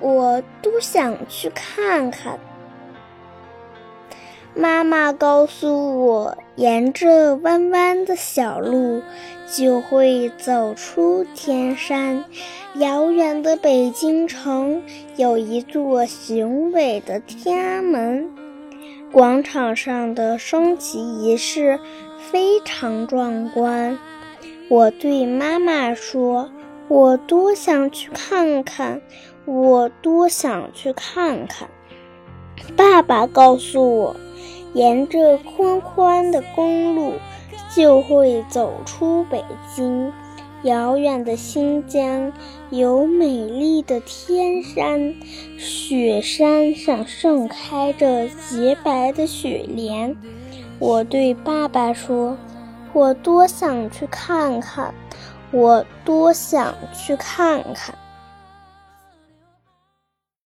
我多想去看看。妈妈告诉我，沿着弯弯的小路，就会走出天山。遥远的北京城有一座雄伟的天安门，广场上的升旗仪式非常壮观。我对妈妈说，我多想去看看，我多想去看看。爸爸告诉我，沿着宽宽的公路就会走出北京。遥远的新疆有美丽的天山，雪山上盛开着洁白的雪莲。我对爸爸说，我多想去看看，我多想去看看。